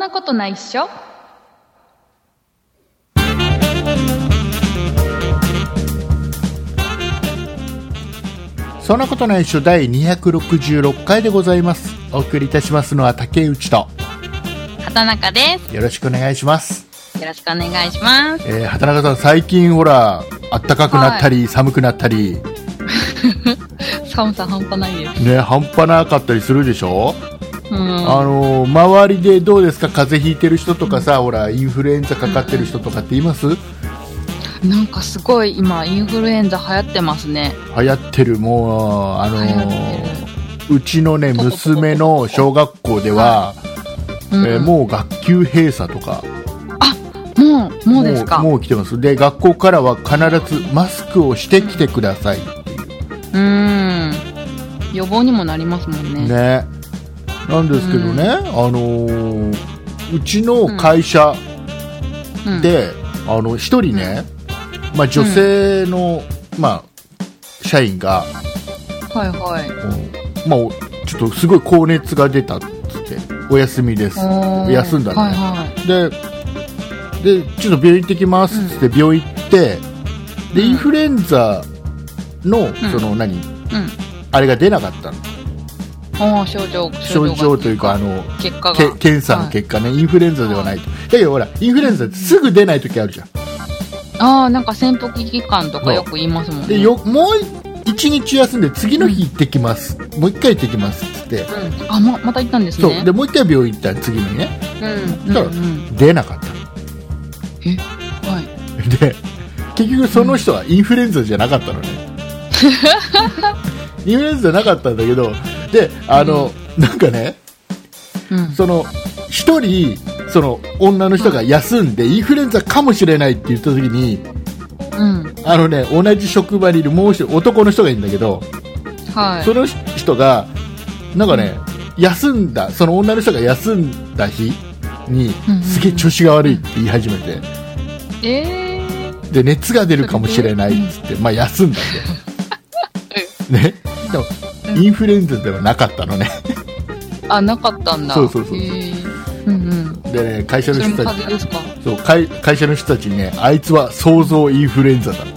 なことないっしょ。 そんなことないっしょ第266回でございます。お送りいたしますのは竹内と畑中です。 よろしくお願いします。 よろしくお願いします。 畑中さん、最近ほら暖かくなったり、寒くなったり寒さ半端ないですね、半端なかったりするでしょ。周りでどうですか、風邪ひいてる人とかさ、ほらインフルエンザかかってる人とかっています？ なんかすごい今インフルエンザ流行ってますね。 流行ってる。もううちのね娘の小学校では、もう学級閉鎖とか。 もうですか。 もう来てます。で、学校からは必ずマスクをしてきてくださいっていう。 予防にもなりますもんね。 ね。なんですけどね、うちの会社で、一人ね、女性の、社員が、ちょっとすごい高熱が出たっつってお休みです。休んだね。でちょっと病院行ってきますっつって病院行って、でインフルエンザのあれが出なかったの。症状というか結果が検査の結果ね、インフルエンザではないと。だけどほらインフルエンザってすぐ出ない時あるじゃん。なんか潜伏期間とかよく言いますもんね。 でもう1日休んで次の日行ってきます、もう1回行ってきますっつって、 また行ったんですね。 そうでもう1回病院行ったら次の日ね、だから出なかった。で結局その人はインフルエンザじゃなかったのね。インフルエンザじゃなかったんだけど、でなんかね、その一人その女の人が休んでインフルエンザかもしれないって言った時に、同じ職場にいるもう一人男の人がいるんだけど、その人がなんかね、休んだその女の人が休んだ日にすげえ調子が悪いって言い始めて、で熱が出るかもしれないっつって、休んだんで、ね、でもインフルエンザではなかったのね。 なかったんだ。 そうでね、会社の人たち、会社の人たちにね、あいつは想像インフルエンザだっつって。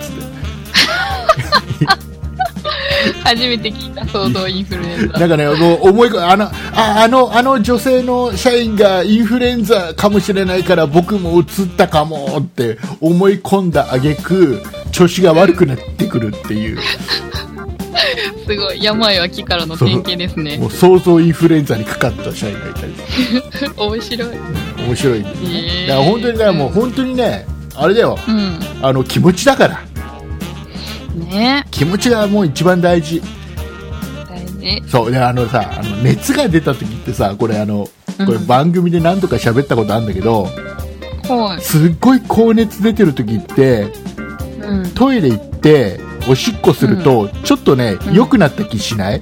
初めて聞いた、想像インフルエンザ。 なんかね、あの女性の社員がインフルエンザかもしれないから僕も移ったかもって思い込んだ挙句調子が悪くなってくるっていう。 すごい、病は気からの典型ですね。 もう想像インフルエンザにかかった社員がいたり面白い。 面白いんですね。だから本当にね、もう本当にね、あれだよ、気持ちだからね。気持ちがもう一番大事。そうで、熱が出た時ってさ、これ番組で何度か喋ったことあるんだけど、すっごい高熱出てる時って、トイレ行っておしっこすると、ちょっとね、良くなった気しない？ ち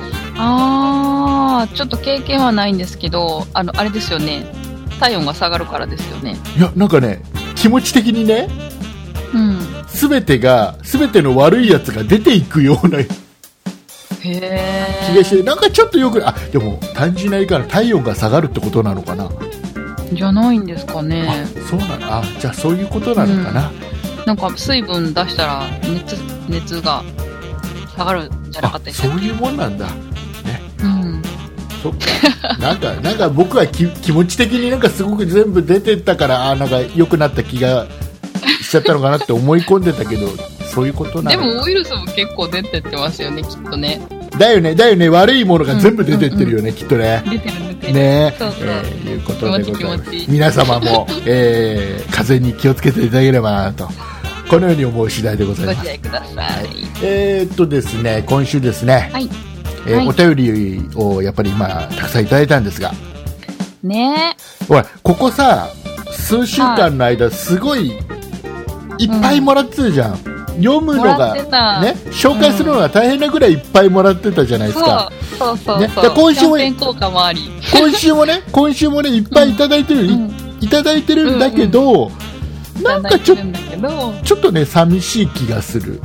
ょっと経験はないんですけど、あれですよね、体温が下がるからですよね。 いや、なんかね、気持ち的にね、全ての悪いやつが出ていくような気がして、なんかちょっとよく、でも単純な言い方、体温が下がるってことなのかな。 じゃないんですかね。 そうなの。じゃあそういうことなのかな。 なんか水分出したら熱が下がるんじゃなかったですか。 そういうもんなんだね。そっか。なんか僕は気持ち的になんかすごく全部出てったから、なんか良くなった気がしちゃったのかなって思い込んでたけど、そういうことなの。 でもウイルスも結構出てってますよね、きっとね。 だよね、悪いものが全部出てってるよね、きっとね。 出てるね。 そういうことでございます。皆様も風邪に気をつけていただければなと、このように思う次第でございます。 ご自愛ください。 ですね、今週ですね、お便りをやっぱり今たくさんいただいたんですが、ほらここさ数週間の間すごいいっぱいもらってるじゃん。読むのがね、紹介するのが大変なぐらいいっぱいもらってたじゃないですか。 そう、 今週もキャンペーン効果もあり、 今週もねいっぱいいただいてる、いただいてるんだけど、なんかちょっとね寂しい気がする。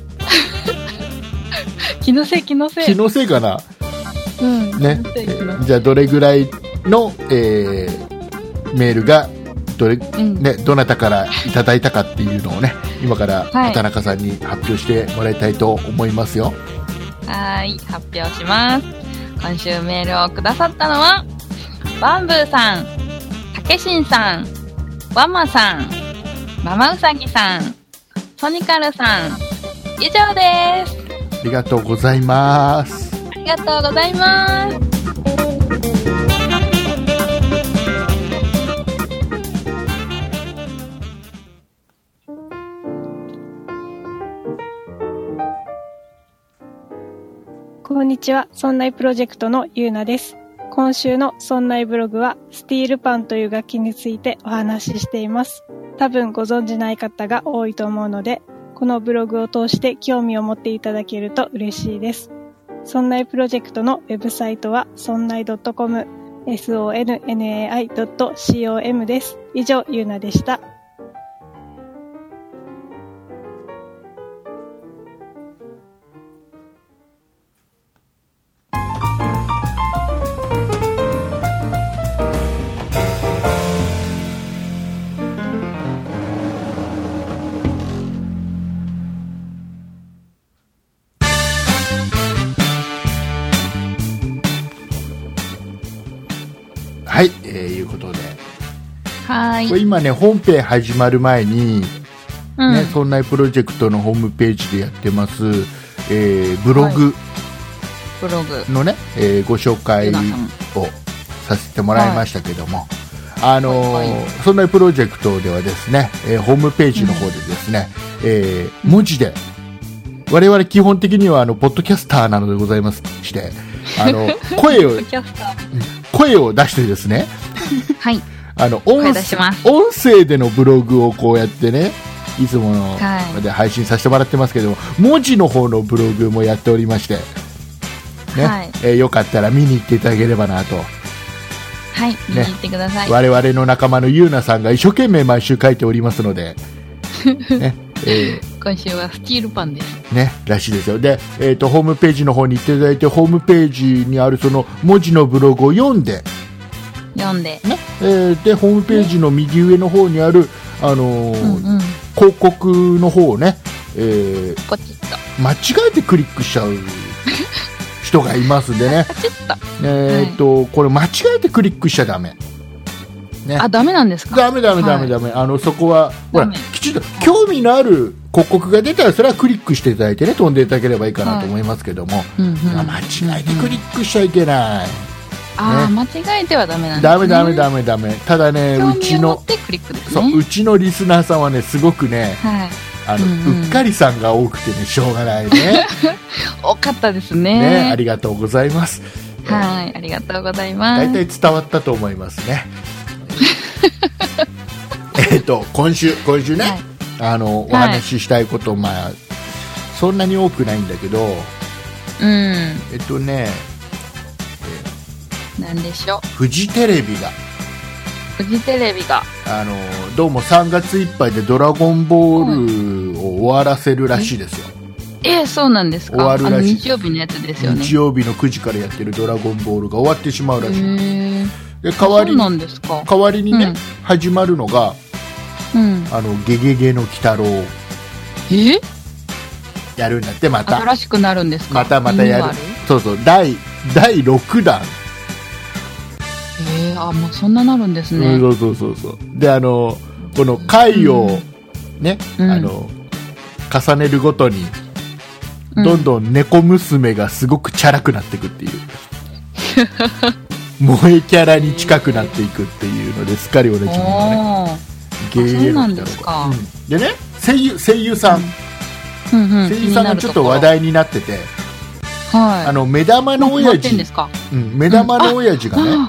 気のせいかな。 ね、じゃあどれぐらいの、 メールがどなたからいただいたかっていうのをね、今から畑中さんに発表してもらいたいと思いますよ。 はい、発表します。今週メールをくださったのはバンブーさん、たけしんさん、ワマさん、ママウサギさん、ソニカルさん、以上です。 ありがとうございます。 ありがとうございます。 こんにちは、そんないプロジェクトのゆうなです。今週のそんないブログはスティールパンという楽器についてお話ししています。多分ご存じない方が多いと思うので、このブログを通して興味を持っていただけると嬉しいです。そんないプロジェクトのウェブサイトはそんない .com、sonnai.com です。以上、ゆうなでした。 はい、いうことで、 はい。 これ今ね、本編始まる前に、ね、そんないプロジェクトのホームページでやってます、ブログのね、ご紹介をさせてもらいましたけども、そんないプロジェクトではですね、ホームページの方でですね、文字で、我々基本的にはポッドキャスターなのでございまして、声を出してですね、 はい、 音声でのブログをこうやってね、いつもので配信させてもらってますけど、文字の方のブログもやっておりまして、ね、よかったら見に行っていただければなと。 はい、見に行ってください。 我々の仲間のゆうなさんが一生懸命毎週書いておりますので、ね、 今週はスチールパンです。 ね、らしいですよ。で、ホームページの方に行っていただいて、ホームページにあるその文字のブログを読んで、 ね、 で、ホームページの右上の方にある、広告の方をね、 ポチッと間違えてクリックしちゃう人がいますんでね、これ間違えてクリックしちゃダメ。ね、 ダメなんですか？ ダメ、そこはほらきちんと興味のある広告が出たらそれはクリックしていただいてね、飛んでいただければいいかなと思いますけども、間違えてクリックしちゃいけない。 間違えてはダメなんですね。 ダメ。ただね、うちのリスナーさんはね、すごくね、うっかりさんが多くてね、しょうがないね。 多かったですね。 ありがとうございます。 はい、ありがとうございます。 大体伝わったと思いますね。今週ね、お話ししたいこと、そんなに多くないんだけど、 なんでしょう。 フジテレビがどうも3月いっぱいでドラゴンボールを終わらせるらしいですよ。 そうなんですか？ 終わるらしい。 日曜日のやつですよね。 日曜日の9時からやってるドラゴンボールが終わってしまうらしい。で代わりにね、始まるのが、ゲゲゲの鬼太郎やるんだって。また新しくなるんですか？ またやる。そう第6弾。 もうそんななるんですね。 そうで、この回をね、重ねるごとにどんどん猫娘がすごくチャラくなっていくっていう萌えキャラに近くなっていくっていうのですっかりおなじみのね、 そうなんですか。 でね、声優さんがちょっと話題になってて、目玉の親父がね、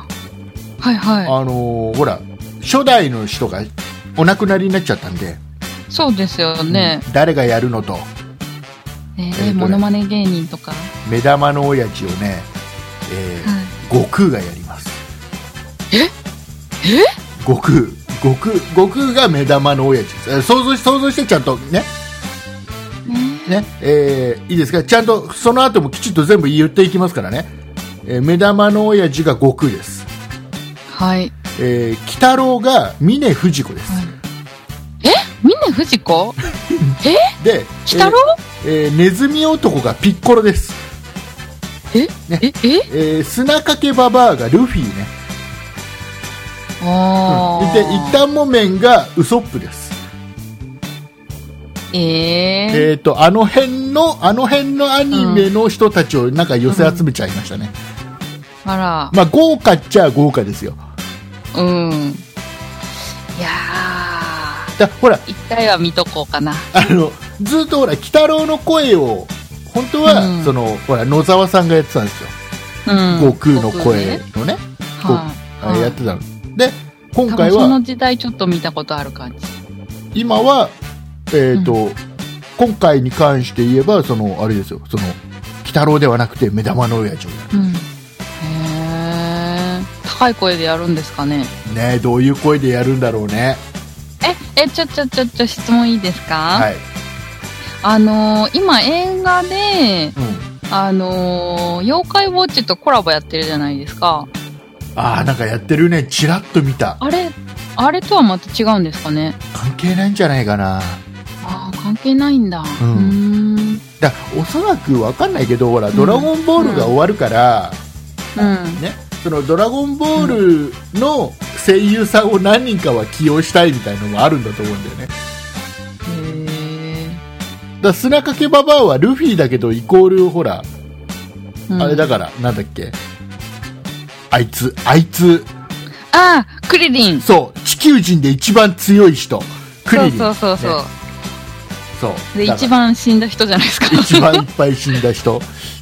ほら初代の人がお亡くなりになっちゃったんで、 そうですよね、 誰がやるのと、 モノマネ芸人とか目玉の親父をね、悟空がやります。悟空が目玉の親父です。想像してちゃんとね、いいですか？ちゃんとその後もきちっと全部言っていきますからね。目玉の親父が悟空です。 鬼太郎が峰不二子です。 峰不二子で、 鬼太郎、 ネズミ男がピッコロです。砂かけババアがルフィね。で、一旦もめんがウソップです。あの辺のアニメの人たちをなんか寄せ集めちゃいましたね。 あら。 まあ豪華っちゃ豪華ですよ。 いやだほら一回は見とこうかな。 ずっとほら鬼太郎の声を本当は、ほら野沢さんがやってたんですよ。悟空の声のね、やってたので、今回はその時代ちょっと見たことある感じ。 今は今回に関して言えばあれですよ、鬼太郎ではなくて目玉の親父をやる。 高い声でやるんですかね。 ね、どういう声でやるんだろうね。 ちょ質問いいですか？ はい。 今映画で、妖怪ウォッチとコラボやってるじゃないですか。 なんかやってるね。チラッと見た。 あれとはまた違うんですかね。 関係ないんじゃないかな。 関係ないんだ。 おそらくわかんないけど、ほら、ドラゴンボールが終わるから、ね、ドラゴンボールの声優さんを何人かは起用したいみたいなのもあるんだと思うんだよね。砂かけババアはルフィだけどイコールほら、あれだからなんだっけ、あいつクリリン。 そう、地球人で一番強い人クリリン。 そうで一番死んだ人じゃないですか。 一番いっぱい死んだ人、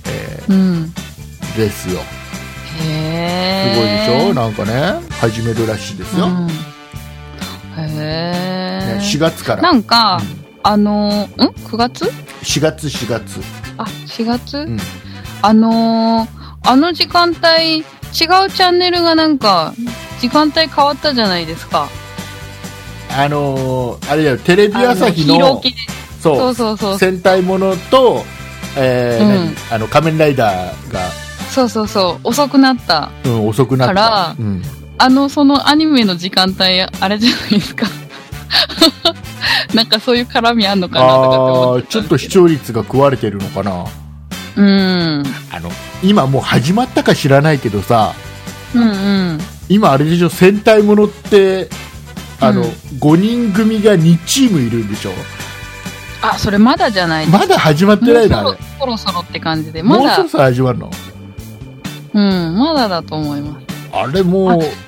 ですよ。すごいでしょ。なんかね始めるらしいですよ。4月からなんか、9月 ?4 月。 4月、あの時間帯、違うチャンネルがなんか、時間帯変わったじゃないですか。 あれだよ、テレビ朝日の、そう戦隊ものと、仮面ライダーが、 遅くなった。 遅くなった。 から、そのアニメの時間帯、あれじゃないですか。なんかそういう絡みあんのかなとかって思って。 ちょっと視聴率が食われてるのかな。今もう始まったか知らないけどさ、今あれでしょ、戦隊ものって5人組が2チームいるんでしょ。 それまだじゃないですか。 まだ始まってないな。 そろそろって感じで、 もうそろそろ始まるの。 まだだと思います。 あれもう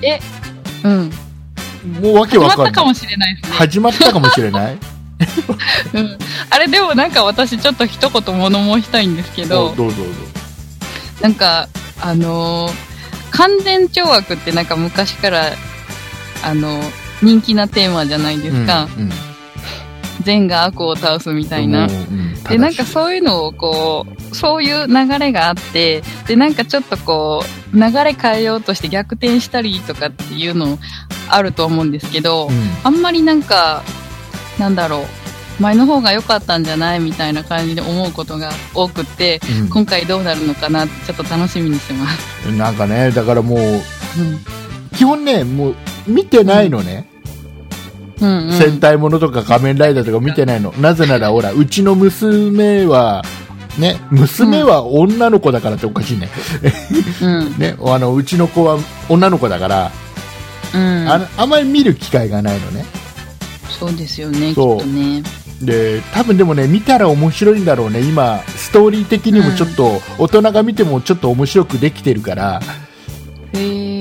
もうわけわかんない。 始まったかもしれないですね。 始まったかもしれない。 あれでもなんか私ちょっと一言物申したいんですけど、 どうぞ。 なんか完全懲悪ってなんか昔から人気なテーマじゃないですか。善が悪を倒すみたいな。でなんかそういうのをこう、そういう流れがあって、でなんかちょっとこう流れ変えようとして逆転したりとかっていうのあると思うんですけど、あんまりなんかなんだろう、前の方が良かったんじゃないみたいな感じで思うことが多くって、今回どうなるのかなってちょっと楽しみにしてます。 なんかね、だからもう、基本ね、もう見てないのね。戦隊ものとか仮面ライダーとか見てないの。なぜならほら、うちの娘はね、娘は女の子だからっておかしいね。ね、うちの子は女の子だから、あまり見る機会がないのね。 そうですよね、きっとね。 で、多分でもね、見たら面白いんだろうね。今ストーリー的にもちょっと、大人が見てもちょっと面白くできてるから、ち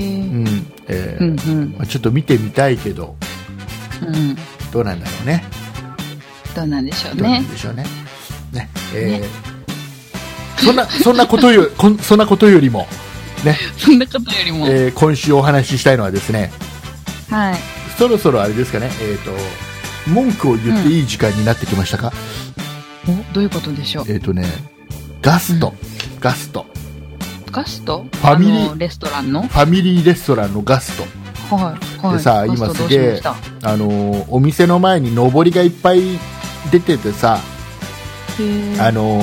ょっと見てみたいけど、どうなんだろうね。 どうなんでしょうね。 ね、そんなことよりもね、今週お話ししたいのはですね、そろそろあれですかね、文句を言っていい時間になってきましたか？ どういうことでしょう？ ガスト。 ファミリーレストランの？ ファミリーレストランのガスト。でさ、今すげえお店の前に上りがいっぱい出ててさ、ス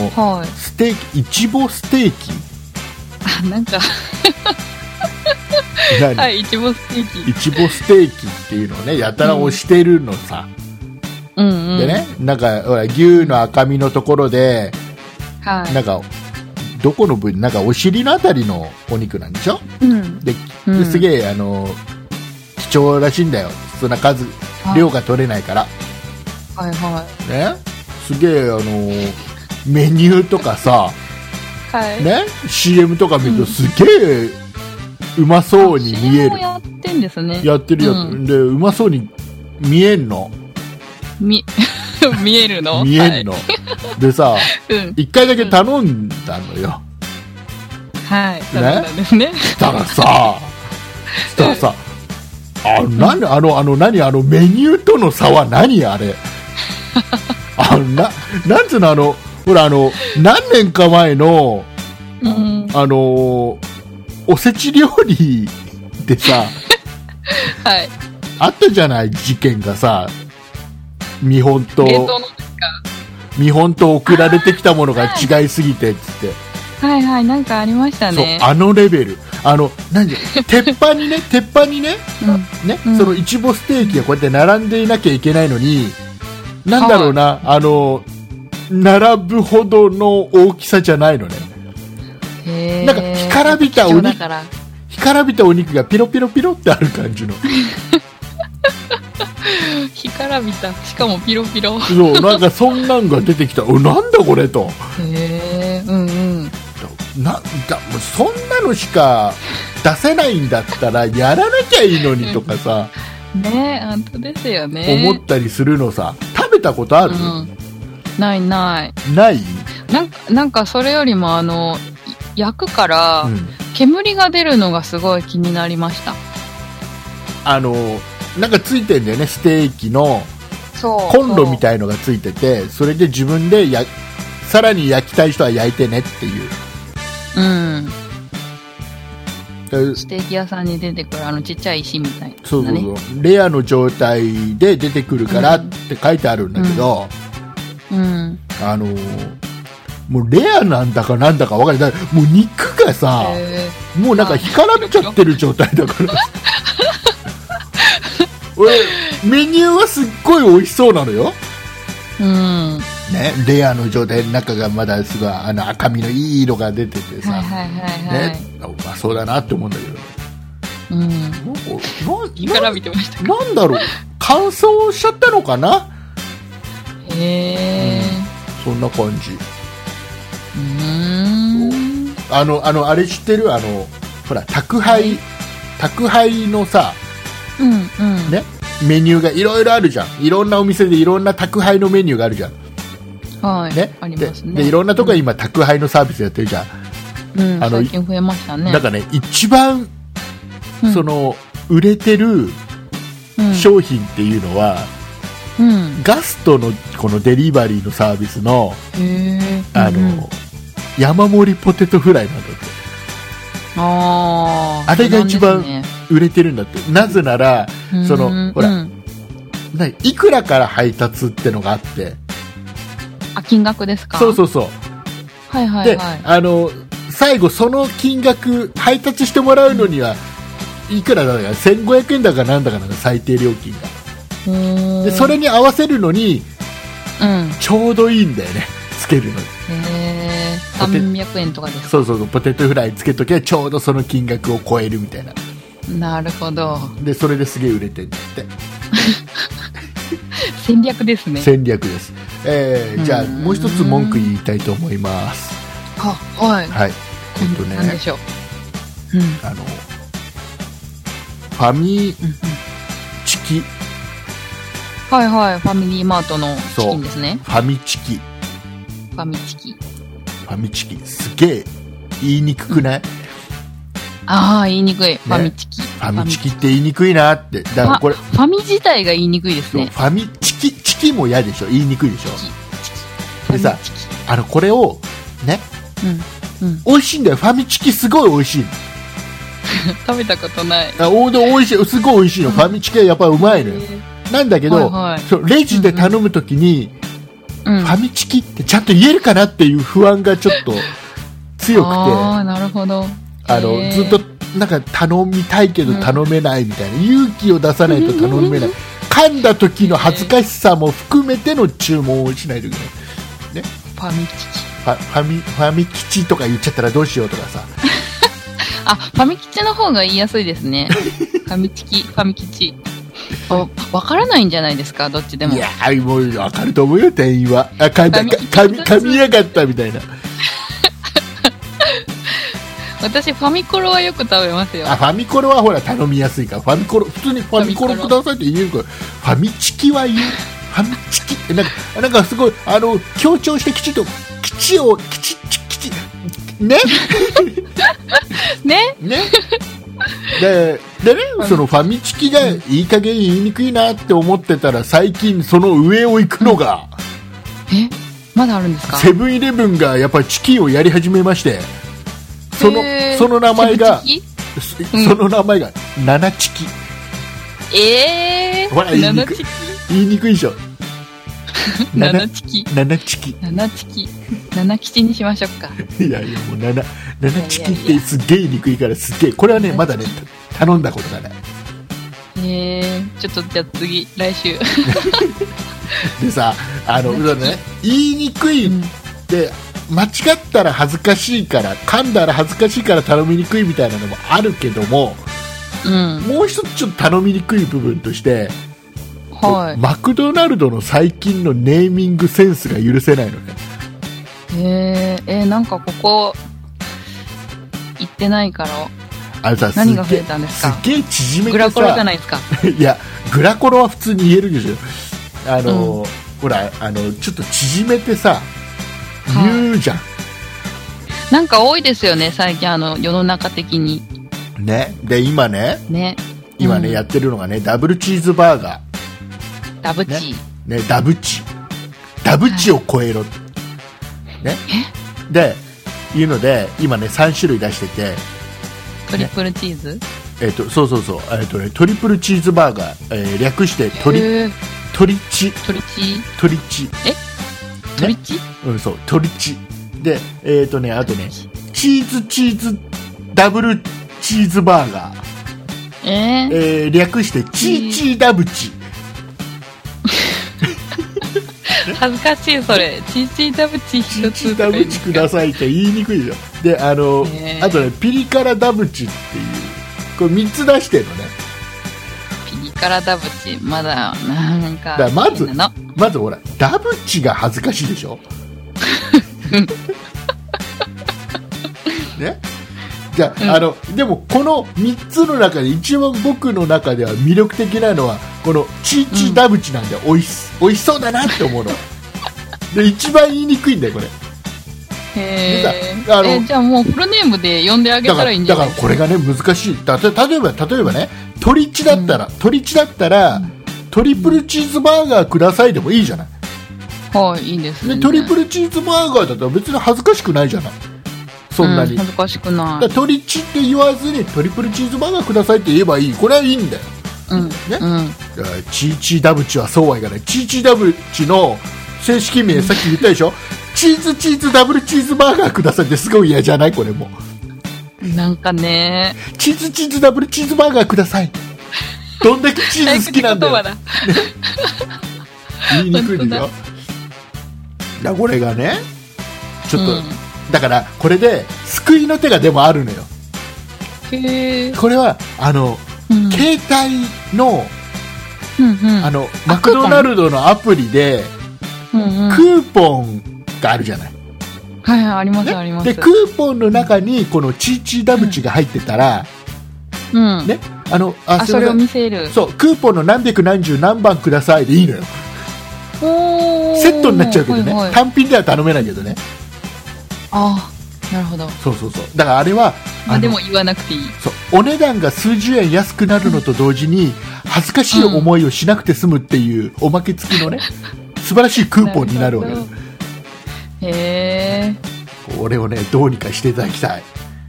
テーキ、いちぼステーキ、 なんかはい、いちぼステーキ。 いちぼステーキっていうのをね、やたら押してるのさ。 うんうん、 でね、なんかほら牛の赤身のところで、 はい、 なんかどこの部位、なんかお尻のあたりのお肉なんでしょ、 うん、 ですげえ貴重らしいんだよ、そんな量が取れないから、 はいはい、 ね、すげえメニューとかさ、 はいね、CM とか見るとすげえうまそうに見える。 CM やってんですね。 やってる、でうまそうに見えんの。 見えるの。 見えんの、はい、でさ、一回だけ頼んだのよ。 はい、頼んだんですね。 したらさ、何メニューとの差は何あれ。なんつうの、ほら何年か前の、おせち料理でさ、 はい、 あったじゃない、事件がさ、見本と送られてきたものが違いすぎてっつって、 はいはい、なんかありましたね。 そうレベル、鉄板にね、そのいちぼステーキがこうやって並んでいなきゃいけないのに、なんだろうな、並ぶほどの大きさじゃないのね。なんか干からびたお肉がピロピロピロってある感じの。 干からびた、しかもピロピロ。 そう、なんかそんなんが出てきた。なんだこれと。 うんうん。 もうそんなのしか出せないんだったらやらなきゃいいのにとかさ。 ね、本当ですよね。 思ったりするのさ。食べたことある？ ないない。 ない？ なんかそれよりも焼くから、煙が出るのがすごい気になりました。 なんかついてんだよね、ステーキのコンロみたいのがついてて、それで自分でさらに焼きたい人は焼いてねっていう。 ステーキ屋さんに出てくるちっちゃい石みたいな、ね、 そうレアの状態で出てくるからって書いてあるんだけど、もうレアなんだかなんだか分からない。もう肉がさ、もうなんか干からびちゃってる状態だからメニューはすっごい美味しそうなのよ、ね、レアの状態、中がまだすごい赤身のいい色が出ててさ、うまそうだなって思うんだけど、 干からびてましたか？ なんだろう、乾燥しちゃったのかな。そんな感じ。あれ知ってる？ほら宅配のさ、ね、メニューがいろいろあるじゃん。いろんなお店でいろんな宅配のメニューがあるじゃん。 はい、 ね、 ありますね。 でいろんなところ今宅配のサービスやってるじゃん。 最近増えましたね。 なんかね、一番、売れてる商品っていうのは、ガストのこのデリバリーのサービスの、山盛りポテトフライなんだって。あれが一番売れてるんだって。なぜなら、ほら、いくらから配達ってのがあって、 金額ですか？ そうそうそう。 はいはいはい。 で、最後その金額配達してもらうのにはいくらだか1500円だかなんだかなんだ、最低料金が。でそれに合わせるのに、ちょうどいいんだよね、つけるのに。 300円とかですか？ そうそうそう、ポテトフライつけときゃちょうどその金額を超えるみたいな。 なるほど。 でそれですげえ売れてるんだって戦略ですね。 戦略です。じゃあもう一つ文句言いたいと思います。 はいはい。何でしょう。 ファミチキ。 はいはい、ファミリーマートのチキンですね。 ファミチキ。 ファミチキ。 ファミチキすげえ言いにくくない？ 言いにくい。ファミチキ。 ファミチキって言いにくいなって。だからこれファミ自体が言いにくいですね。 ファミチキも嫌でしょ、言いにくいでしょ。でさ、これをね、美味しいんだよ。ファミチキすごい美味しい。 食べたことない。 美味しい、すごい美味しいの。ファミチキはやっぱりうまいのよ。なんだけど、レジで頼むときに、ファミチキってちゃんと言えるかなっていう不安がちょっと強くて、 なるほど。 ずっとなんか頼みたいけど頼めないみたいな、勇気を出さないと頼めない、噛んだ時の恥ずかしさも含めての注文をしないといけない、ね、 ファミ吉。 ファミ吉とか言っちゃったらどうしようとかさあ、ファミ吉の方が言いやすいですね。ファミ吉。わからないんじゃないですか、どっちでも。 いやー、もう分かると思うよ、店員は。噛みやがったみたいな。 私、ファミコロはよく食べますよ。 ファミコロはほら頼みやすいから、普通にファミコロくださいって言えるから、ファミチキは言う。ファミチキってなんかすごい強調してきちっと吉を吉ねねでね、そのファミチキがいい加減言いにくいなって思ってたら、最近その上を行くのが、 まだあるんですか？ セブンイレブンがやっぱりチキンをやり始めまして、その名前が七チキ。ほら言いにくいでしょ。 七チキ。七吉にしましょうか。 いやもう七チキってすっげえ言いにくいから、すっげえこれはねまだね頼んだことがない。 ちょっとじゃあ次来週でさ言いにくいで、間違ったら恥ずかしいから、噛んだら恥ずかしいから頼みにくいみたいなのもあるけども、もう一つちょっと頼みにくい部分として、マクドナルドの最近のネーミングセンスが許せないのね。 なんかここ行ってないから、何が増えたんですか？ すっげえ縮めてさ、 グラコロじゃないですか。 いやグラコロは普通に言えるでしょ。ほらちょっと縮めてさ言うじゃん。 なんか多いですよね最近、世の中的にね。で今ねやってるのがね、ダブルチーズバーガー、ダブチを超えろ、ね、でいうので今ね3種類出してて、 トリプルチーズ、 そうトリプルチーズバーガー、略してトリチそうトリチで、あとねチーズダブルチーズバーガー、略してチーダブチ。 恥ずかしいそれ。チーダブチ一つダブチくださいって言いにくいでしょ。であとねピリ辛ダブチっていうこれ3つ出してるのね。 ピリ辛ダブチまだなんかだまずほらダブチが恥ずかしいでしょ。ね。じゃあ、でもこの3つの中で一番僕の中では魅力的なのはこのチーダブチなんで、おいしそうだなって思うので一番言いにくいんだよこれ。 じゃあもうフルネームで呼んであげたらいいんじゃないですか。 だからこれがね難しい。例えばねトリチだったら、トリプルチーズバーガーくださいでもいいじゃない。 いいですね。 でトリプルチーズバーガーだったら別に恥ずかしくないじゃない。そんなに、 恥ずかしくない。 トリチって言わずにトリプルチーズバーガーくださいって言えばいい。これはいいんだよ。チーダブチはそうはいかない。チーダブチの正式名さっき言ったでしょ。チーズダブルチーズバーガーくださいってすごい嫌じゃないこれも。 なんかね。 チーズダブルチーズバーガーください。どんだけチーズ好きなんだよ。言いにくいでしょ。だこれがねちょっと、だからこれで救いの手がでもあるのよ。これは携帯の、マクドナルドのアプリで、クーポンがあるじゃない。 あります、あります。 でクーポンの中にこのチーダブチが入ってたら、ね、 それを見せる。 そうクーポンの何百何十何番くださいでいいのよ。セットになっちゃうけどね、単品では頼めないけどね。 なるほど。 そうだからあれはでも言わなくていい。 お値段が数十円安くなるのと同時に恥ずかしい思いをしなくて済むっていうおまけ付きのね、素晴らしいクーポンになるわけです。これをねどうにかしていただきたい。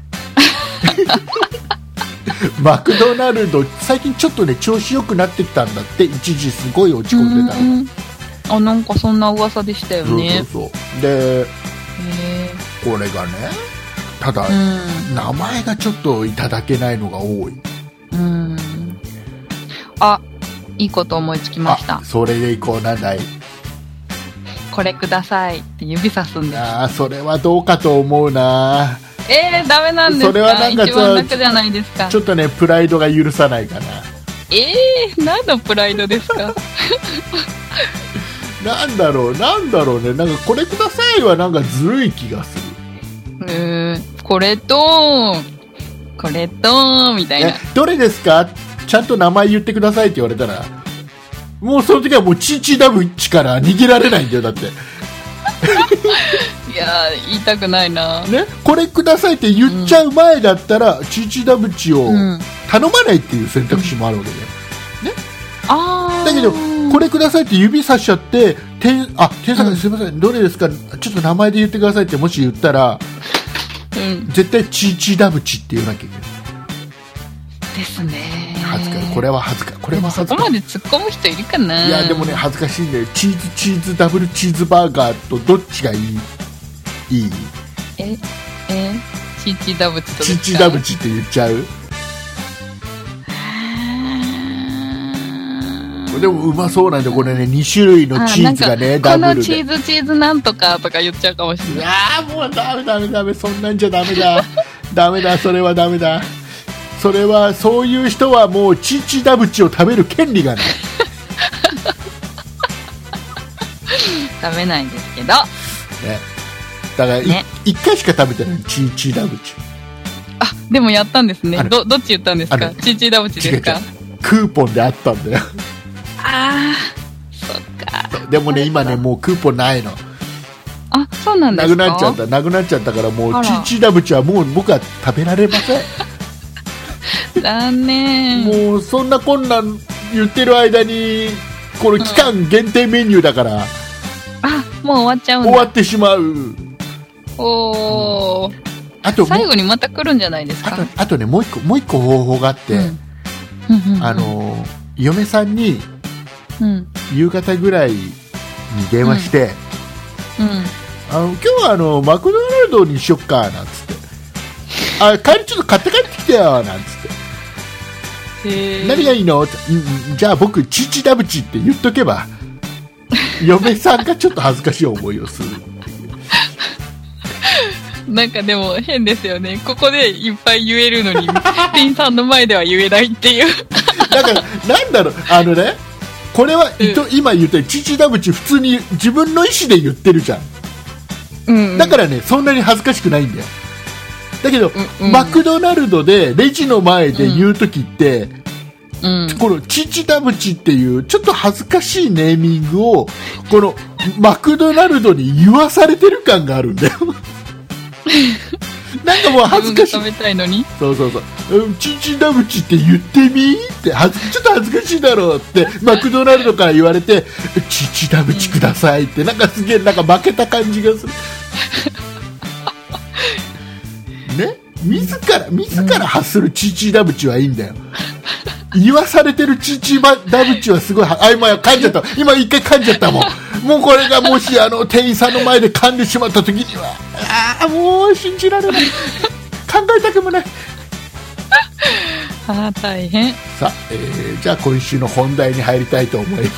マクドナルド最近ちょっとね調子良くなってきたんだって。一時すごい落ち込んでたの。 なんかそんな噂でしたよね。 でこれがねただ、名前がちょっといただけないのが多い。 あ、いいこと思いつきました。 それでいこう。なんだい。 これくださいって指さすんです。 それはどうかと思うな。 ダメなんですか。それはなんか一番楽じゃないですか。 ちょっとね、プライドが許さないかな。 何のプライドですか。 なんだろうね。なんかこれくださいはなんかずるい気がする。 これとみたいな。 どれですか。ちゃんと名前言ってくださいって言われたら、もうその時はもうチーチーダブチから逃げられないんだよ。だって。 いや言いたくないな。 ね、これくださいって言っちゃう前だったら、チーチーダブチを頼まないっていう選択肢もあるわけだよ。ね。だけどこれくださいって指さしちゃって、店員さんがすいません、どれですか、ちょっと名前で言ってくださいってもし言ったら、絶対チーチーダブチって言わなきゃいけないですね。 これは恥ずかしい。これはそこまで突っ込む人いるかな。 いやでもね、恥ずかしいんだよ。チーズダブルチーズバーガーとどっちがいい？ チーチーダブチとですか。 チーチーダブチって言っちゃう。でもうまそうなんだよこれね。2種類のチーズがね、ダブルで。 このチーズなんとかとか言っちゃうかもしれない。 もうダメ、そんなんじゃダメだ。ダメだ、それはダメだ。それはそういう人はもうチーチーダブチを食べる権利がない。 食べないですけど、ね、 だからね、1回しか食べてないチーチーダブチ。 でもやったんですね。どっち言ったんですか。チーチーダブチですか。 クーポンであったんだよ。 そっか。 でもね、今ね、もうクーポンないの。 そうなんですか。 なくなっちゃったから、もうチーチーダブチはもう僕は食べられません。 残念。 もうそんなこんなん言ってる間にこの期間限定メニューだから、 もう終わっちゃうんだ。 終わってしまう。あと最後にまた来るんじゃないですか。 あとね、もう一個方法があって、嫁さんに夕方ぐらいに電話して、今日はマクドナルドにしよっかなんつって、帰りちょっと買って帰ってきてよなんつって、何がいいのって、じゃあ僕チーチーダブチって言っとけば嫁さんがちょっと恥ずかしい思いをするっていう。 なんかでも変ですよね。ここでいっぱい言えるのに店員さんの前では言えないっていう。 なんだろう、これは、今言ったチーチーダブチ普通に自分の意思で言ってるじゃん。だからね、そんなに恥ずかしくないんだよ。だけど、マクドナルドでレジの前で言うときって、このチーチーダブチっていうちょっと恥ずかしいネーミングをこのマクドナルドに言わされてる感があるんだよ。なんかもう恥ずかしい。 食べたいのに。 そう、チーチーダブチって言ってみってちょっと恥ずかしいだろうってマクドナルドから言われて、チーチーダブチくださいってなんかすげえなんか負けた感じがする。ね、自ら発するチーチーダブチはいいんだよ。言わされてるチーチーダブチはすごい。今噛んじゃった。今一回噛んじゃったもん。もうこれがもし店員さんの前で噛んでしまった時には、もう信じられない。考えたくもない。 大変。 さあ、じゃあ今週の本題に入りたいと思います。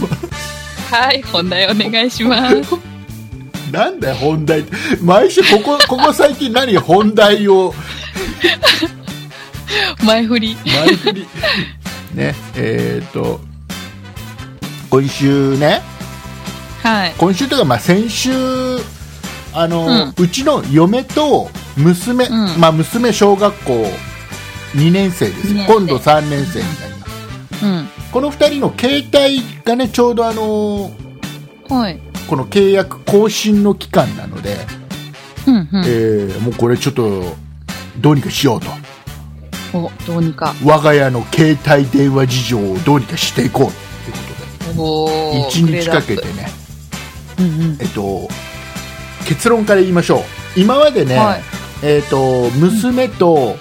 はい、本題お願いします。 なんだよ本題って。毎週ここ最近何本題を前振りね。今週ね、今週というか先週うちの嫁と娘、娘小学校2年生です。今度3年生になります。この2人の携帯がね、ちょうどこの契約更新の期間なので、もうこれちょっとどうにかしようと。 どうにか我が家の携帯電話事情をどうにかしていこうということで、1日かけてね、結論から言いましょう。今までね、娘と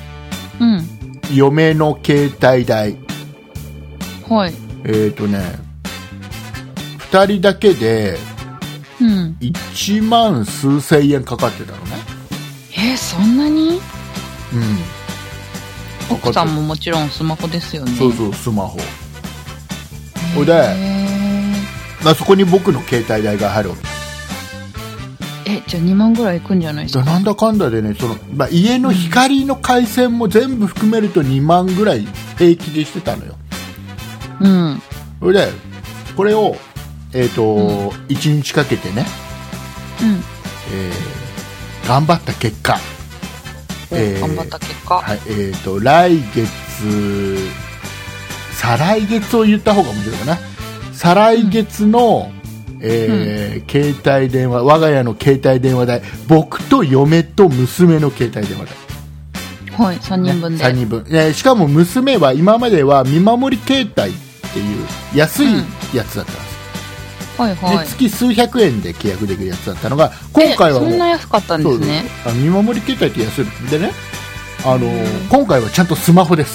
嫁の携帯代、2人だけで1万数千円かかってたのね。 そんなに？ うん。 奥さんももちろんスマホですよね。 そうそう、スマホ。ほいで、そこに僕の携帯代が入るわけ。 じゃあ2万ぐらいいくんじゃないですか？ なんだかんだでね、家の光の回線も全部含めると2万ぐらい平気でしてたのよ。 うん。 それで、これを、1日かけてね、頑張った結果、 頑張った結果、 はい、来月、再来月を言った方が面白いかな。再来月の、携帯電話、我が家の携帯電話代、僕と嫁と娘の携帯電話代。 はい、3人分で。 3人分。しかも娘は今までは見守り携帯っていう安いやつだったんです。 はいはい。 で、月数百円で契約できるやつだったのが、今回はもうそんな安かったんですね。 見守り携帯って安いんでね、今回はちゃんとスマホです。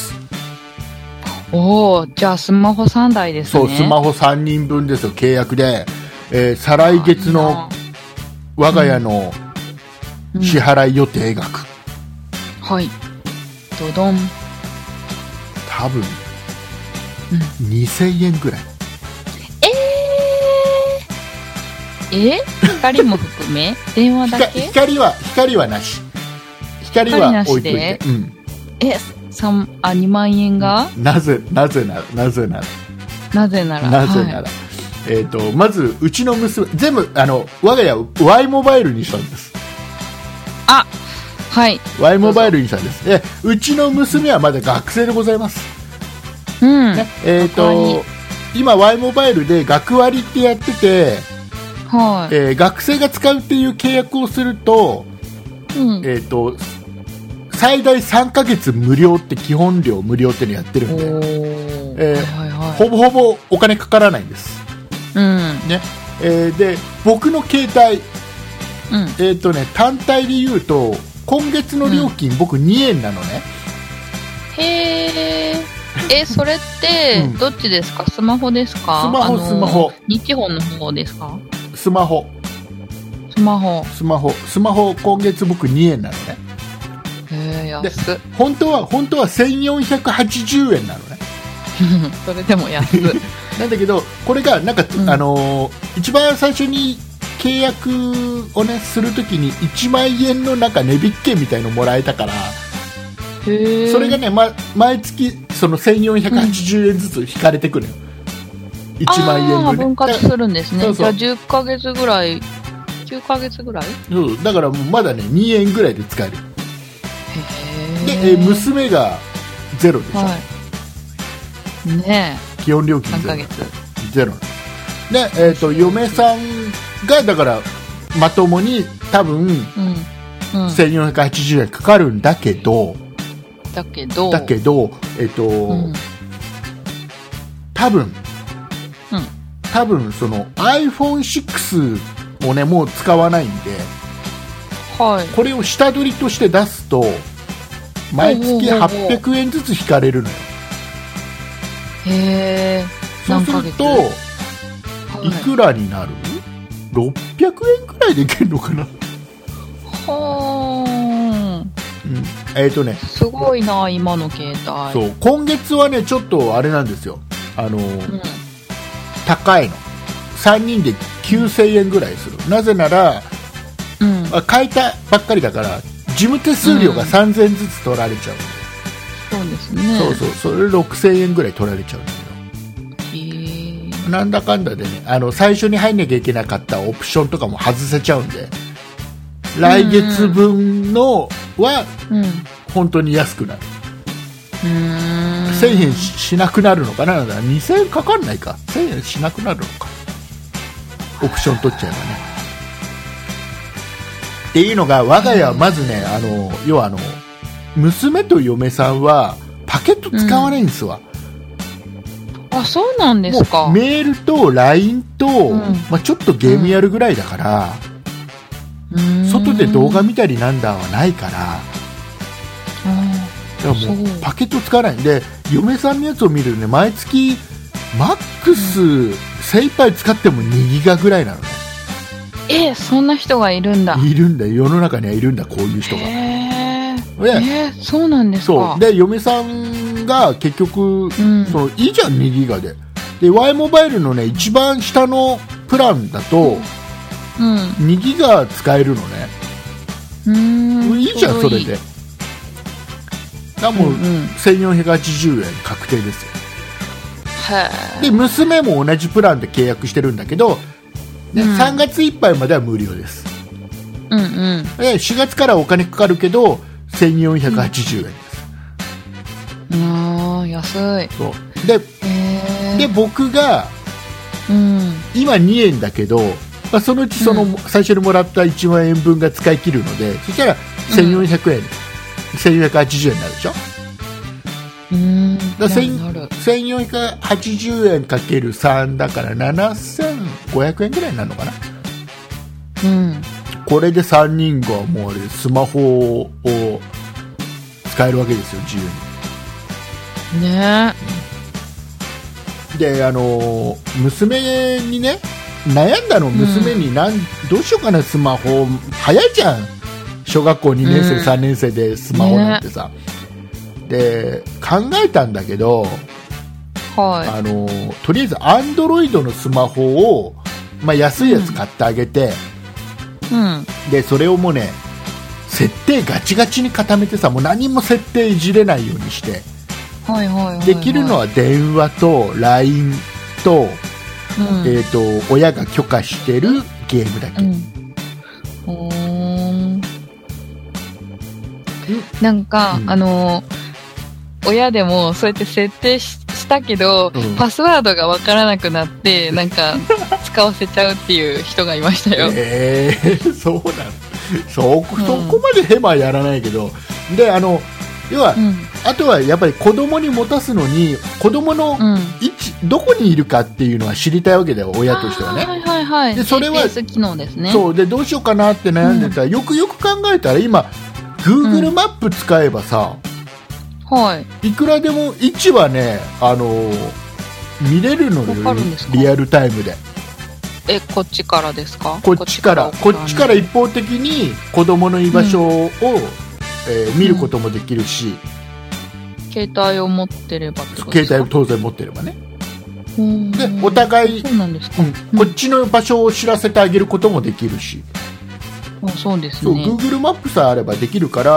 じゃあスマホ3台ですね。 そう、スマホ3人分ですよ、契約で。再来月の我が家の支払い予定額。 はい。ドドン。 多分、2000円ぐらい。 光も含め電話だけ？ 光はなし。光は置いといて。 2万円が？ なぜなら。まずうちの娘全部我が家 Y モバイルにしたんです。 はい。 Y モバイルにしたんです。うちの娘はまだ学生でございます。 ね、 今 Y モバイルで学割ってやってて、はい、学生が使うっていう契約をすると、最大3ヶ月無料って基本料無料っていうのやってるんで、ほぼほぼお金かからないんです。ね、で僕の携帯、単体で言うと今月の料金、僕2円なのね。 へー。それってどっちですか？スマホですか？ スマホ。 日本の方ですか？ スマホ。今月僕2円なのね。 安っ。 本当は1480円なのね。 それでも安い。 なんだけどこれがなんか、一番最初に契約をねするときに1万円のなんか値引き券みたいのもらえたから、それがね、毎月その1480円ずつ引かれてくるよ。1万円分、ね、 分割するんですね。じゃあ10ヶ月ぐらい、9ヶ月ぐらい？ だからまだね2円ぐらいで使える。で、娘がゼロでしょ。 ねえ。基本料金 3ヶ月ゼロ。で、嫁さんがだからまともに多分、1480円かかるんだけど、多分その iPhone6 をねもう使わないんで、これを下取りとして出すと毎月800円ずつ引かれるのよ。そうするといくらになる？600円くらいでいけるのかな。 すごいな今の携帯。 そう、今月はねちょっとあれなんですよ。高いの。3人で9000円ぐらいする。なぜなら、買えたばっかりだから事務手数料が3000円ずつ取られちゃう。 そうですね。 それ6000円ぐらい取られちゃうんだけど、なんだかんだでね、最初に入んなきゃいけなかったオプションとかも外せちゃうんで、来月分のは本当に安くなる。1000円しなくなるのかな。2000円かかんないか。1000円しなくなるのか。オプション取っちゃえばね。っていうのが我が家はまずね、要は娘と嫁さんはパケット使わないんですわ。 そうなんですか。 メールと LINE と、ちょっとゲームやるぐらいだから、外で動画見たりなんだはないから、だからもうパケット使わないんで、嫁さんのやつを見るとね、毎月マックス精一杯使っても2ギガぐらいなのね。 そんな人がいるんだ。 いるんだよ。世の中にはいるんだ、こういう人が。 そうなんですか。 そうで、嫁さんが結局、いいじゃん、2ギガで。で、Y モバイルのね、一番下のプランだと、2ギガ使えるのね。いいじゃん、それで。もう、1480円確定ですよ。で、娘も同じプランで契約してるんだけど、3月いっぱいまでは無料です。で、4月からお金かかるけど、1480円です。 安い。 そうで、僕が、今2円だけど、そのうち最初にもらった1万円分が使い切るので、そしたら1400円、1480円になるでしょ。1480円かける3だから7500円ぐらいになるのかな。これで3人がもうスマホを使えるわけですよ、自由に。 ね。 で、娘にね、悩んだの。娘にどうしようかな、スマホ早いじゃん、小学校2年生、3年生でスマホなんてさ。で、考えたんだけど、とりあえずアンドロイドのスマホを、安いやつ買ってあげて、でそれをもうね、設定ガチガチに固めてさ、もう何も設定いじれないようにして、できるのは電話と LINE と、親が許可してるゲームだけ。 なんか、親でもそうやって設定したけど、パスワードがわからなくなってなんか使わせちゃうっていう人がいましたよ。 そうなの。そこまでヘマやらないけど、で要は、あとはやっぱり子供に持たすのに子供のどこにいるかっていうのは知りたいわけだよ、親としてはね。でそれは GPS 機能ですね。 そうで、どうしようかなって悩んでたら、よくよく考えたら今 Google マップ使えばさ、いくらでも位置はね、見れるのよ、リアルタイムで。 こっちからですか？ こっちから一方的に子供の居場所を、見ることもできるし、 携帯を持ってればってこと携ですか？ 帯を当然持ってればね。でお互い、 そうなんですか？ こっちの場所を知らせてあげることもできるし、 そうですね。 Google マップさえあればできるから、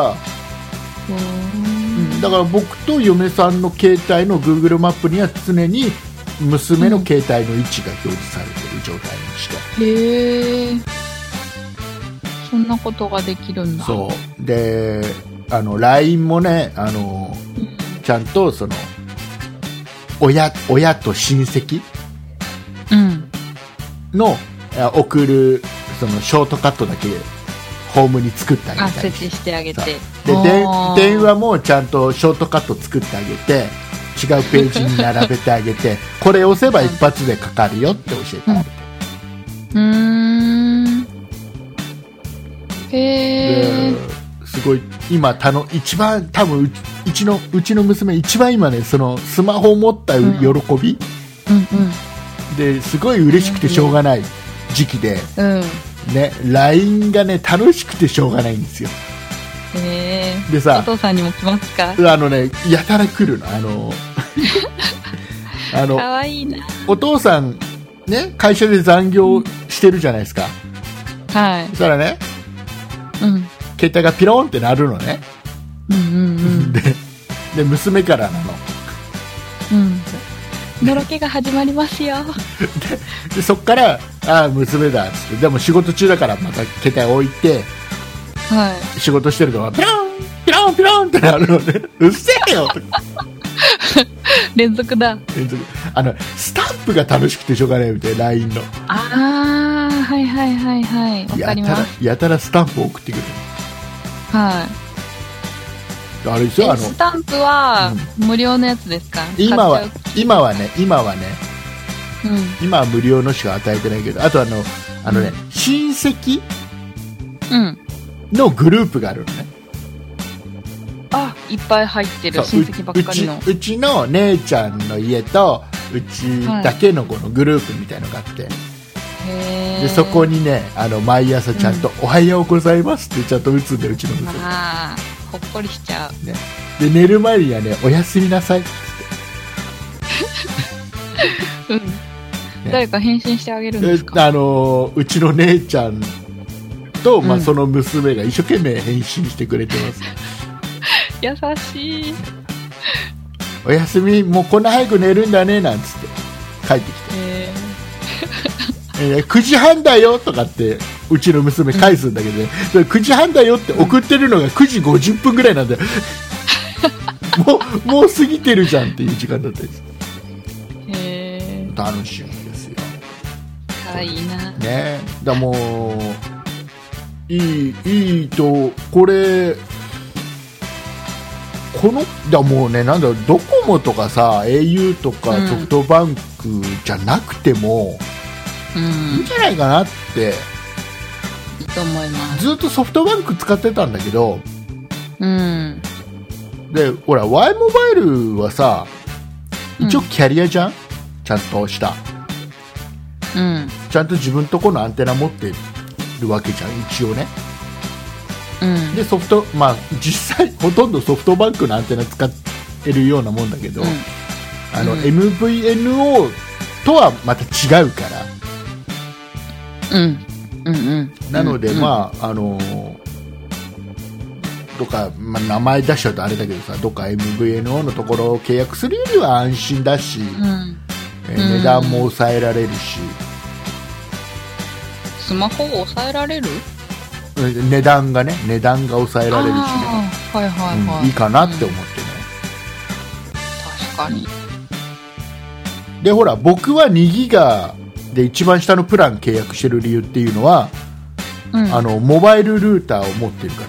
だから僕と嫁さんの携帯の Google マップには常に娘の携帯の位置が表示されてる状態にして。 そんなことができるんだ。 そうで、LINE もね、ちゃんとその親と親戚の、送るそのショートカットだけホームに作ってあげたり、 設置してあげて、 で電話もちゃんとショートカット作ってあげて、違うページに並べてあげてこれ押せば一発でかかるよって教えてあげて、すごい今一番多分うちの娘一番今ね、そのスマホを持った喜び、ですごい嬉しくてしょうがない時期で、ね、LINE がね楽しくてしょうがないんですよ。でさ、 お父さんにも来ますか？ やたら来るの。 かわいいな。 お父さんね、会社で残業してるじゃないですか。そしたらね、携帯がピローンって鳴るのね。で娘からなの。 のろけが始まりますよ。 でそっから娘だっつって、でも仕事中だからまた携帯置いて、仕事してるとピロンピロンピロンってなるので、うっせえよ連続だ。 スタンプが楽しくてしょうがないみたいな、 LINE の。 わかります。 やたらスタンプを送ってくる。あれですよ、 スタンプは無料のやつですか？ 今はね、今は無料のしか与えてないけど、あと親戚のグループがあるのね。 いっぱい入ってる親戚ばっかりの。 うちの姉ちゃんの家とうちだけのこのグループみたいのがあって、 でそこにね毎朝ちゃんと、おはようございますってちゃんと打つんで、うちの娘。 ああ、ほっこりしちゃう。 ね、で寝る前にはね、おやすみなさいってうん、誰か返信してあげるんですか？ うちの姉ちゃんと、 うんその娘が一生懸命返信してくれてます。 優しい。 おやすみ、もうこんな早く寝るんだねなんつって帰ってきて、9時半だよとかってうちの娘返すんだけどね、それ9時半だよって送ってるのが9時50分ぐらいなんでもう過ぎてるじゃんっていう時間だったです。楽しみですよ。 いいな。 ね、だもういいと、これだもうね、なんだろう、ドコモとかさ au とかソフトバンクじゃなくても、いいんじゃないかなって。 いいと思います。 ずっとソフトバンク使ってたんだけど、でほら Y モバイルはさ、一応キャリアじゃん、ちゃんとした、ちゃんと自分とこのアンテナ持ってるわけじゃん一応ね。で実際ほとんどソフトバンクのアンテナ使ってるようなもんだけど、MVNO とはまた違うから、なので、どっか、名前出しちゃうとあれだけどさ、どっか MVNO のところを契約するよりは安心だし、値段も抑えられるし、 スマホを抑えられる？ 値段が抑えられるしね、いいかなって思ってね、 確かに。 でほら僕は2ギガで一番下のプラン契約してる理由っていうのは、モバイルルーターを持ってるから。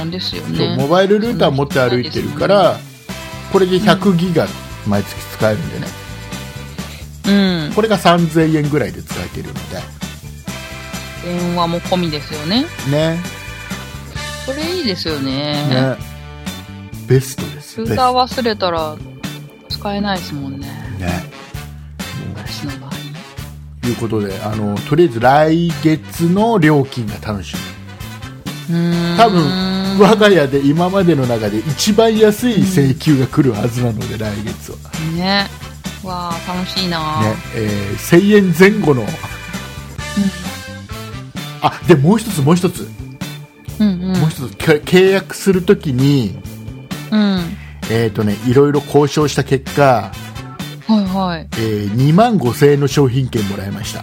ですよね。 モバイルルーター持って歩いてるから、これで100ギガ毎月使えるんでね、これが3000円ぐらいで使えてるので、 電話も込みですよね。それいいですよね。 ベストです。 ルーター忘れたら使えないですもんね。私の場合ね。 ということでとりあえず来月の料金が楽しみ。多分我が家で今までの中で一番安い請求が来るはずなので、来月はね。わあ楽しいな。 1000円前後の、でもう一つ、契約するときに、いろいろ交渉した結果、2万5000円の商品券もらいました。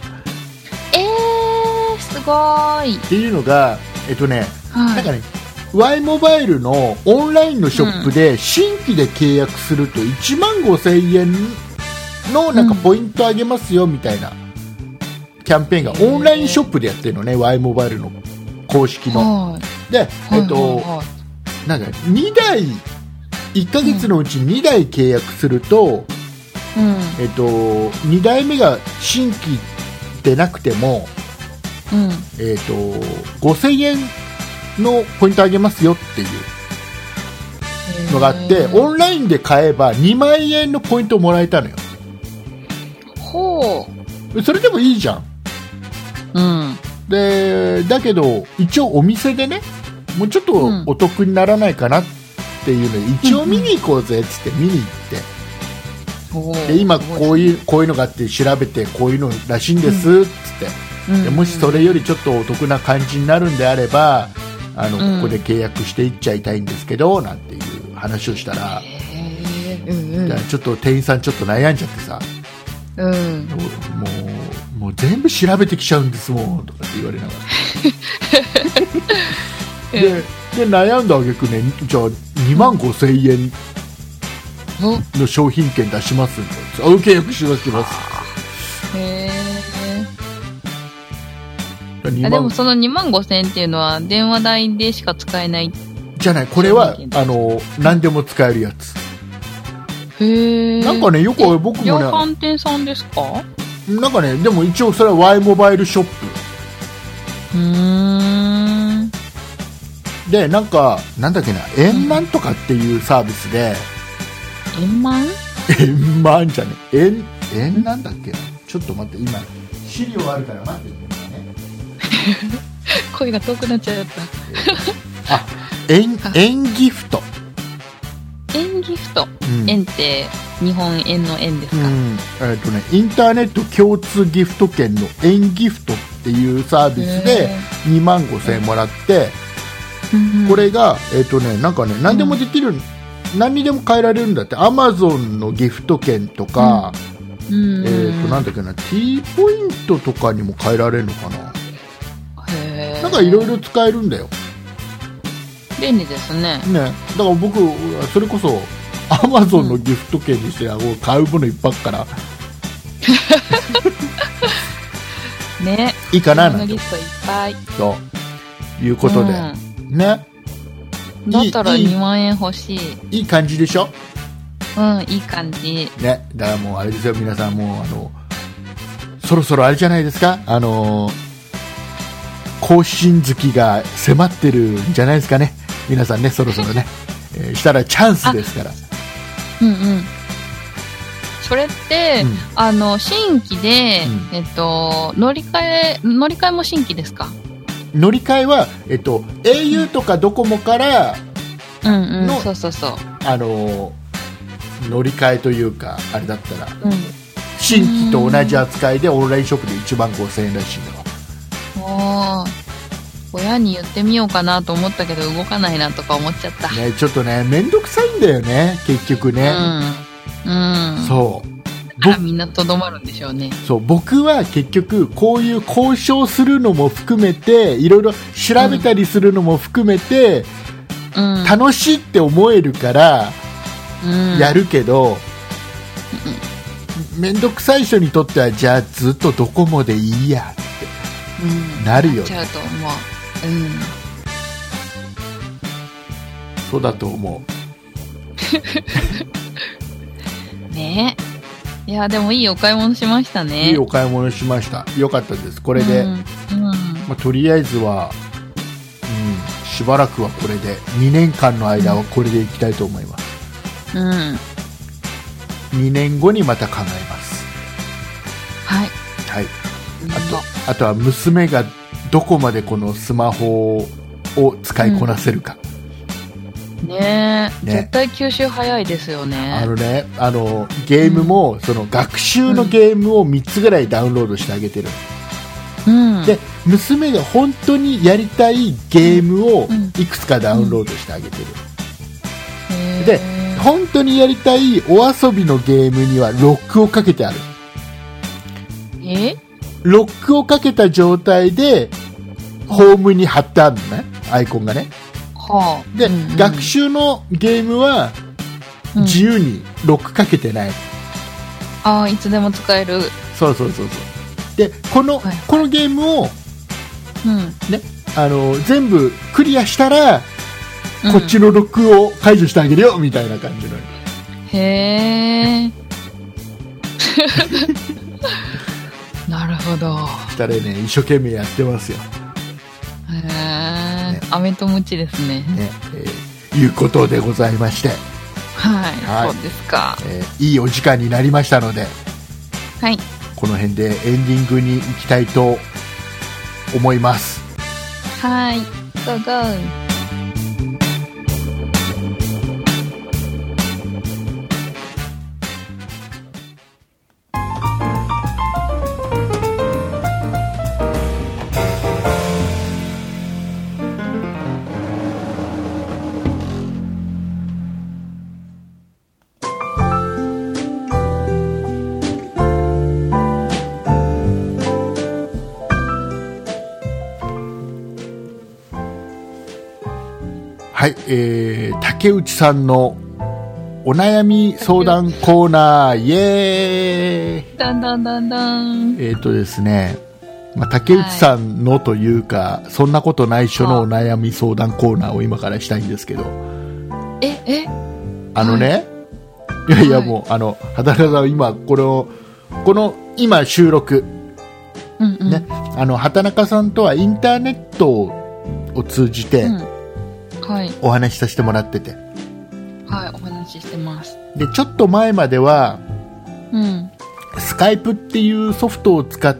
すごーい。 っていうのが、なんかね、Y モバイルのオンラインのショップで新規で契約すると1万5000円のなんかポイントあげますよみたいなキャンペーンがオンラインショップでやってるのね、Y モバイルの公式の。で、なんか2台、1ヶ月のうち2台契約すると、2台目が新規でなくても、5000円のポイントあげますよっていうのがあって、オンラインで買えば2万円のポイントをもらえたのよ。それでもいいじゃん。だけど一応お店でね、もうちょっとお得にならないかなっていうので、一応見に行こうぜっつって見に行って、で今こういうのがあって調べて、こういうのらしいんですっつって、でもしそれよりちょっとお得な感じになるんであればここで契約していっちゃいたいんですけどなんていう話をしたら、ちょっと店員さんちょっと悩んじゃってさ、もう全部調べてきちゃうんですもんとかって言われながらで悩んだ挙句ね、じゃあ2万5000円の商品券出しますんで、契約します。 でもその2万5000円っていうのは電話代でしか使えないじゃない、これは何でも使えるやつ。なんかね、よく僕もね、 量販店さんですか？ なんかね、でも一応それは Y モバイルショップで、なんだっけな、円満とかっていうサービスで、 円満じゃね、円なんだっけな、ちょっと待って、今資料あるから待っててね。 声が遠くなっちゃった。 あ、円ギフト。 円ギフト。円って日本円の円ですか？ インターネット共通ギフト券の円ギフトっていうサービスで25,000円もらって、これがなんかね、何でもできる、何にでも変えられるんだって。アマゾンのギフト券とか、なんだっけな、T ポイントとかにも変えられるのかな。なんかいろいろ使えるんだよ。 便利ですね。 ね、だから僕それこそアマゾンのギフト券にしては買うものいっぱいあるからね、 いいかななんて。 リストいっぱい。 ということで、ね。 だったら2万円欲しい。 いい感じでしょ。 いい感じ。 ね、だからもうあれですよ、皆さんもうそろそろあれじゃないですか、更新月が迫ってるんじゃないですかね。皆さんね、そろそろね、したらチャンスですから。 それって、新規で、乗り換えも新規ですか？ 乗り換えは、au とかドコモからの、 そうそうそう。 乗り換えというか、あれだったら、新規と同じ扱いでオンラインショップで15,000円らしいの。 親に言ってみようかなと思ったけど動かないなとか思っちゃった。 ね、ちょっとね、めんどくさいんだよね、結局ね。そう。 みんなとどまるんでしょうね。 そう、僕は結局こういう交渉するのも含めて、いろいろ調べたりするのも含めて、楽しいって思えるからやるけど、めんどくさい人にとってはじゃあずっとドコモでいいやってなるよね。なっちゃうと思う。そうだと思う。ねえ。いやでもいいお買い物しましたね。 いいお買い物しました。よかったです。これで、とりあえずは、しばらくはこれで2年間の間はこれでいきたいと思います。2年後にまた考えます。はい。あとは娘がどこまでこのスマホを使いこなせるか。 ね、絶対吸収早いですよね。 ゲームも、その学習のゲームを3つぐらいダウンロードしてあげてる。で、娘が本当にやりたいゲームをいくつかダウンロードしてあげてる。で、本当にやりたいお遊びのゲームにはロックをかけてある。ロックをかけた状態でホームに貼ってあるのね、アイコンがね。で、学習のゲームは自由にロックかけてない。 いつでも使える。 そう。で、このゲームを、ね、全部クリアしたら、こっちのロックを解除してあげるよみたいな感じの。 へー。なるほど。 したらね、一生懸命やってますよ。 飴とムチですね。 いうことでございまして、 そうですか。 いいお時間になりましたので、この辺でエンディングに行きたいと思います。 ゴーゴー。 はい、竹内さんのお悩み相談コーナー、イエーイ。 だんだんだんだん。 ですね、竹内さんのというか、そんなことないっしょのお悩み相談コーナーを今からしたいんですけど。いやもう、畑中さん今、この今収録、ね、畑中さんとはインターネットを通じて、お話しさせてもらってて、 お話ししてます。 でちょっと前までは、 スカイプっていうソフトを使って、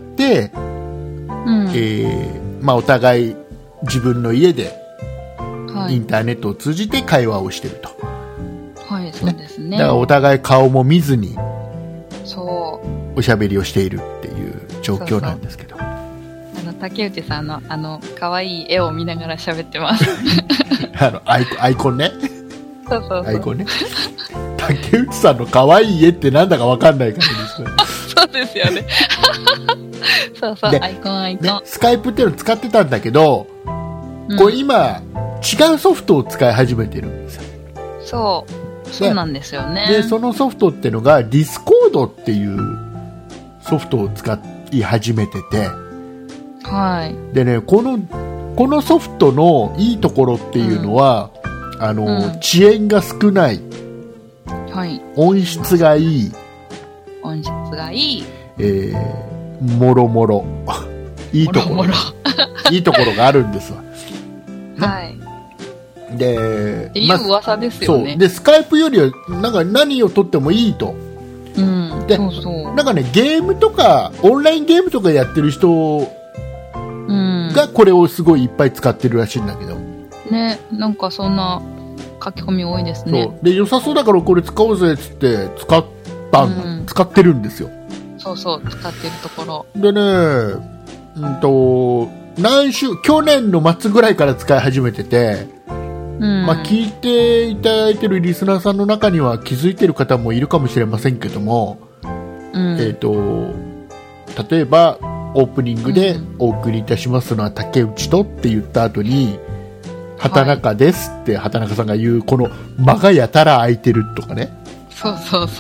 お互い自分の家でインターネットを通じて会話をしてると。 はい、そうですね。 だからお互い顔も見ずに、 そうおしゃべりをしているっていう状況なんですけど。 竹内さんの可愛い絵を見ながら喋ってます。 アイコンね。 そうそうそう。 アイコンね。竹内さんの可愛い絵ってなんだかわかんないからですね。 そうですよね。そうそう、アイコン。 ね、スカイプっていうのを使ってたんだけど、これ今、違うソフトを使い始めてるんですよ。 そうなんですよね。 で、そのソフトっていうのが、ディスコードっていうソフトを使い始めてて、 はい。 でね、このソフトのいいところっていうのは、遅延が少ない。 はい。 音質がいい。 音質がいい。 もろもろ。いいところ。いいところがあるんですわ。 はい。 で、 っていう噂ですよね。 そう。で、スカイプよりは、なんか何を撮ってもいいと。で、なんかね、ゲームとか、オンラインゲームとかやってる人がこれをすごいいっぱい使ってるらしいんだけど。 ね、なんかそんな書き込み多いですね。 そう。で、良さそうだからこれ使おうぜっつって使ってるんですよ。 そうそう、使ってるところ。 でね、去年の末ぐらいから使い始めてて、聞いていただいてるリスナーさんの中には気づいてる方もいるかもしれませんけども、例えばオープニングでお送りいたしますのは竹内とって言った後に、畑中ですって畑中さんが言うこの間がやたら空いてるとかね。 そう。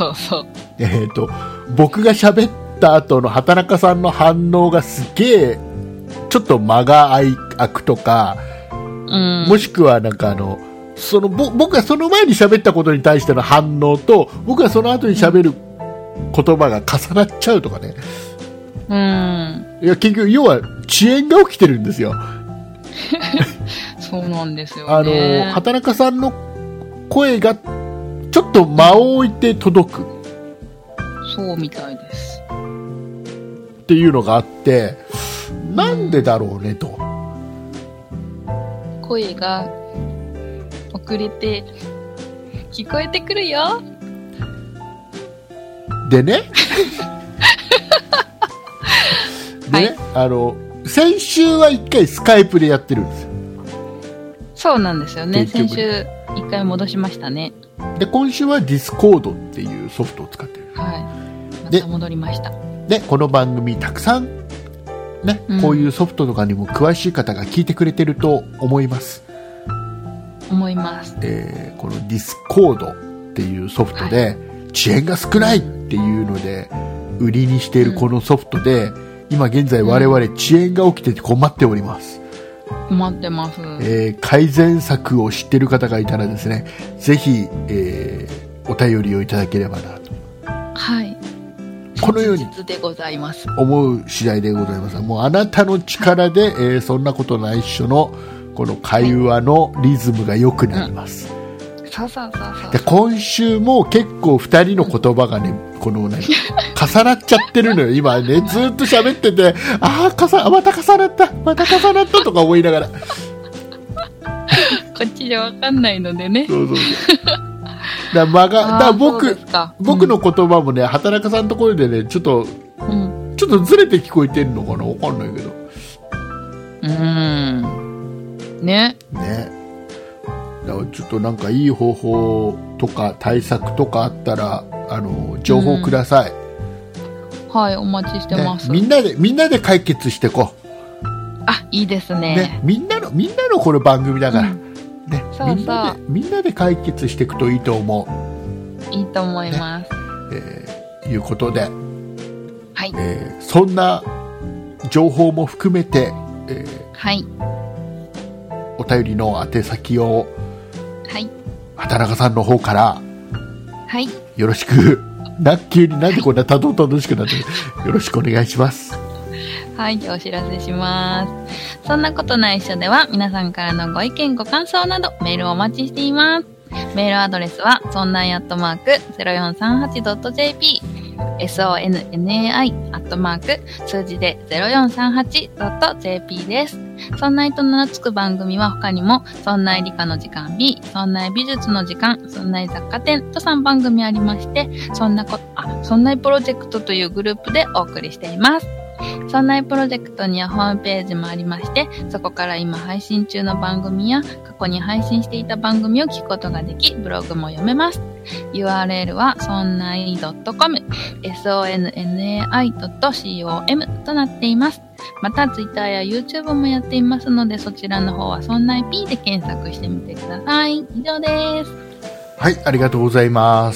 僕が喋った後の畑中さんの反応がすげえちょっと間が空くとか、もしくはなんか僕がその前に喋ったことに対しての反応と僕がその後に喋る言葉が重なっちゃうとかね。いや結局要は遅延が起きてるんですよ。 そうなんですよね。 畑中さんの声がちょっと間を置いて届く。 そうみたいです。 っていうのがあって、なんでだろうねと。 声が遅れて聞こえてくるよ。 でね。でね、先週は一回スカイプでやってるんですよ。そうなんですよね。先週一回戻しましたね。 で、今週はディスコードっていうソフトを使ってる。 はい。また戻りました。 で、この番組たくさんね、こういうソフトとかにも詳しい方が聞いてくれてると思います。このディスコードっていうソフトで、遅延が少ないっていうので売りにしているこのソフトで、今現在我々遅延が起きてて困っております。 困ってます。 改善策を知っている方がいたらですね、ぜひ、お便りをいただければなと。 はい。 このように思う次第でございます。もうあなたの力で、そんなことないっしょのこの会話のリズムが良くなります。で今週も結構2人の言葉がね、重なっちゃってるのよ。今ね、ずっと喋ってて、また重なったとか思いながら。こっちでわかんないのでね。 そう。僕の言葉もね、畑中さんのところでね、ちょっとずれて聞こえてるのかな、わかんないけど。 ね。 だからちょっとなんかいい方法とか対策とかあったら、情報ください。 はい、お待ちしてます。 みんなで解決してこう。 いいですね。 みんなのこの番組だから。みんなで解決していくといいと思う。いいと思います。 いうことで、 はい。 そんな情報も含めて、 はい。 お便りの宛先を、 はい。 畑中さんの方から、 はい。 よろしく。急になんでこんなたどたどしくなってる。よろしくお願いします。 はい、お知らせします。そんなことないっしょでは、皆さんからのご意見ご感想などメールをお待ちしています。メールアドレスはそんない@0438.jp sonnai数字で 0438.jp です。そんないと名の付く番組は他にも、そんない理科の時間 B、そんない美術の時間、そんない雑貨店と3番組ありまして、そんないプロジェクトというグループでお送りしています。そんないプロジェクトにはホームページもありまして、そこから今配信中の番組や過去に配信していた番組を聞くことができ、ブログも読めます。URL はそんない .com、sonnai.com となっています。また Twitter や YouTube もやっていますので、そちらの方はそんない P で検索してみてください。以上です。 はい、ありがとうございます。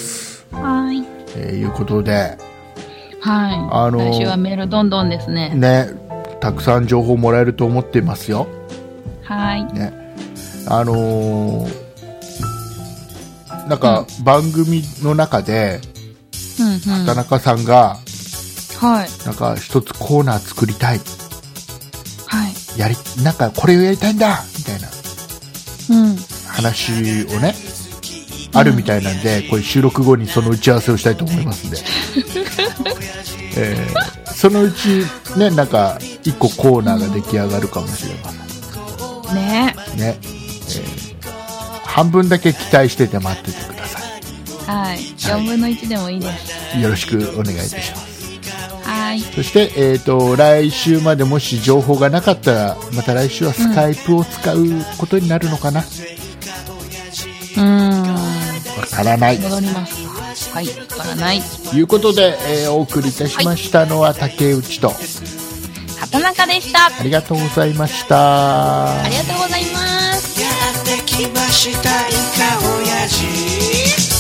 はい。 いうことで、 はい。来週はメールどんどんですね。 ね、たくさん情報もらえると思ってますよ。 はい。 ね、なんか番組の中で、畑中さんが、 はい。 なんか一つコーナー作りたい。 はい。 なんかこれをやりたいんだみたいな話をね、あるみたいなんで、これ収録後にその打ち合わせをしたいと思いますんで。そのうちね、なんか一個コーナーが出来上がるかもしれませんね。 半分だけ期待してて待っててください。 はい。4分の1でもいいです。 よろしくお願いいたします。 はい。 そして、来週までもし情報がなかったら、また来週はスカイプを使うことになるのかな。わからない。 戻ります。はい、わからない。 ということで、お送りいたしましたのは竹内と畑中でした。 ありがとうございました。 ありがとうございます。 やってきましたイカオヤジ